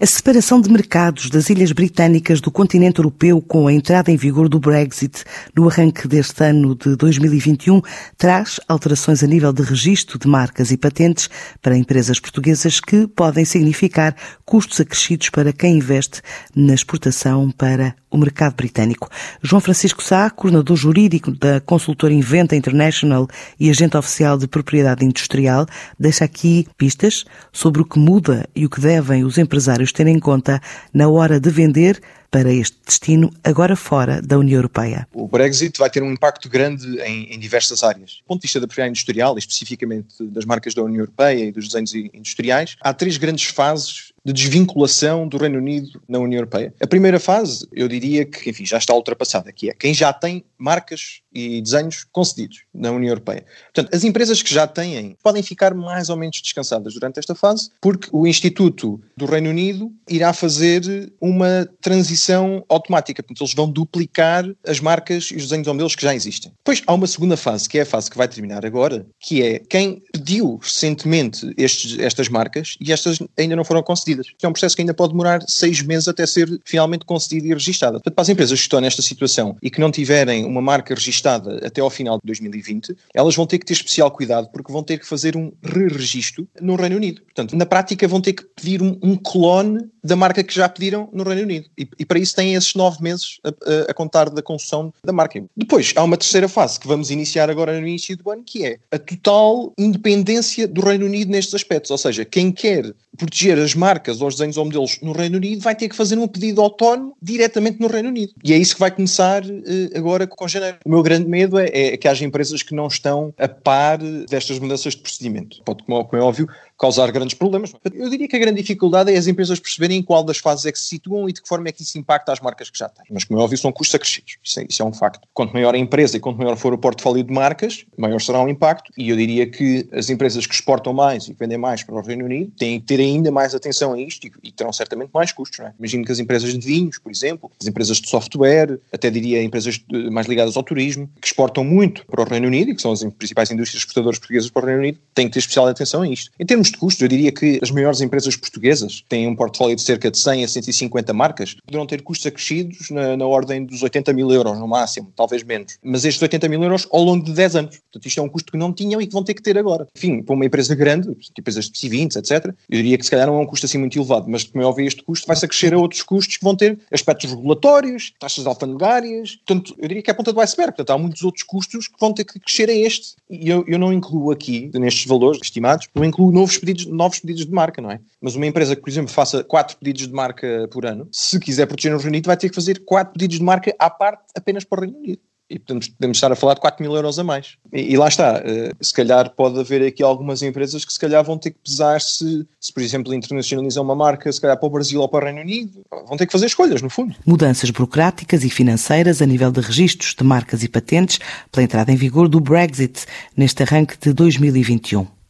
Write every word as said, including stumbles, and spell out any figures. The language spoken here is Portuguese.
A separação de mercados das ilhas britânicas do continente europeu com a entrada em vigor do Brexit no arranque deste ano de dois mil e vinte e um traz alterações a nível de registro de marcas e patentes para empresas portuguesas que podem significar custos acrescidos para quem investe na exportação para o mercado britânico. João Francisco Sá, coordenador jurídico da consultora Inventa International e agente oficial de propriedade industrial, deixa aqui pistas sobre o que muda e o que devem os empresários ter em conta na hora de vender para este destino, agora fora da União Europeia. O Brexit vai ter um impacto grande em, em diversas áreas. Do ponto de vista da propriedade industrial, e especificamente das marcas da União Europeia e dos desenhos industriais, há três grandes fases de desvinculação do Reino Unido na União Europeia. A primeira fase, eu diria que, enfim, já está ultrapassada, que é quem já tem marcas e desenhos concedidos na União Europeia. Portanto, as empresas que já têm podem ficar mais ou menos descansadas durante esta fase, porque o Instituto do Reino Unido irá fazer uma transição automática. Portanto, eles vão duplicar as marcas e os desenhos ou modelos que já existem. Depois, há uma segunda fase, que é a fase que vai terminar agora, que é quem pediu recentemente estes, estas marcas e estas ainda não foram concedidas. É um processo que ainda pode demorar seis meses até ser finalmente concedida e registada. Portanto, para as empresas que estão nesta situação e que não tiverem uma marca registada até ao final de dois mil e vinte, elas vão ter que ter especial cuidado porque vão ter que fazer um re-registro no Reino Unido. Portanto, na prática vão ter que pedir um, um clone da marca que já pediram no Reino Unido. E, e para isso têm esses nove meses a, a, a contar da concessão da marca. Depois, há uma terceira fase que vamos iniciar agora no início do ano, que é a total independência do Reino Unido nestes aspectos. Ou seja, quem quer proteger as marcas ou os desenhos ou modelos no Reino Unido vai ter que fazer um pedido autónomo diretamente no Reino Unido. E é isso que vai começar uh, agora com janeiro. O meu grande medo é, é que haja empresas que não estão a par destas mudanças de procedimento. Pode, como é óbvio, causar grandes problemas. Eu diria que a grande dificuldade é as empresas perceberem em qual das fases é que se situam e de que forma é que isso impacta as marcas que já têm. Mas, como é óbvio, são custos acrescidos. Isso é, isso é um facto. Quanto maior a empresa e quanto maior for o portfólio de marcas, maior será o impacto. E eu diria que as empresas que exportam mais e que vendem mais para o Reino Unido têm que ter ainda mais atenção a isto e, e terão certamente mais custos. Não é? Imagino que as empresas de vinhos, por exemplo, as empresas de software, até diria empresas de, mais ligadas ao turismo, que exportam muito para o Reino Unido e que são as principais indústrias exportadoras portuguesas para o Reino Unido, têm que ter especial atenção a isto. Em termos de custos, eu diria que as maiores empresas portuguesas têm um portfólio de cerca de cem a cento e cinquenta marcas, poderão ter custos acrescidos na, na ordem dos oitenta mil euros no máximo, talvez menos. Mas estes oitenta mil euros ao longo de dez anos. Portanto, isto é um custo que não tinham e que vão ter que ter agora. Enfim, para uma empresa grande, tipo empresas de C vinte, etcétera, eu diria que se calhar não é um custo assim muito elevado, mas como é óbvio este custo vai-se acrescer a outros custos que vão ter aspectos regulatórios, taxas alfandegárias. Portanto, eu diria que é a ponta do iceberg. Portanto, há muitos outros custos que vão ter que crescer a este. E eu, eu não incluo aqui, nestes valores estimados, não incluo novos pedidos, novos pedidos de marca, não é? Mas uma empresa que, por exemplo, faça quatro pedidos de marca por ano, se quiser proteger no Reino Unido, vai ter que fazer quatro pedidos de marca à parte apenas para o Reino Unido. E podemos, podemos estar a falar de quatro mil euros a mais. E, e lá está, uh, se calhar pode haver aqui algumas empresas que se calhar vão ter que pesar se, se por exemplo, internacionalizam uma marca, se calhar para o Brasil ou para o Reino Unido, vão ter que fazer escolhas, no fundo. Mudanças burocráticas e financeiras a nível de registros de marcas e patentes pela entrada em vigor do Brexit neste arranque de dois mil e vinte e um.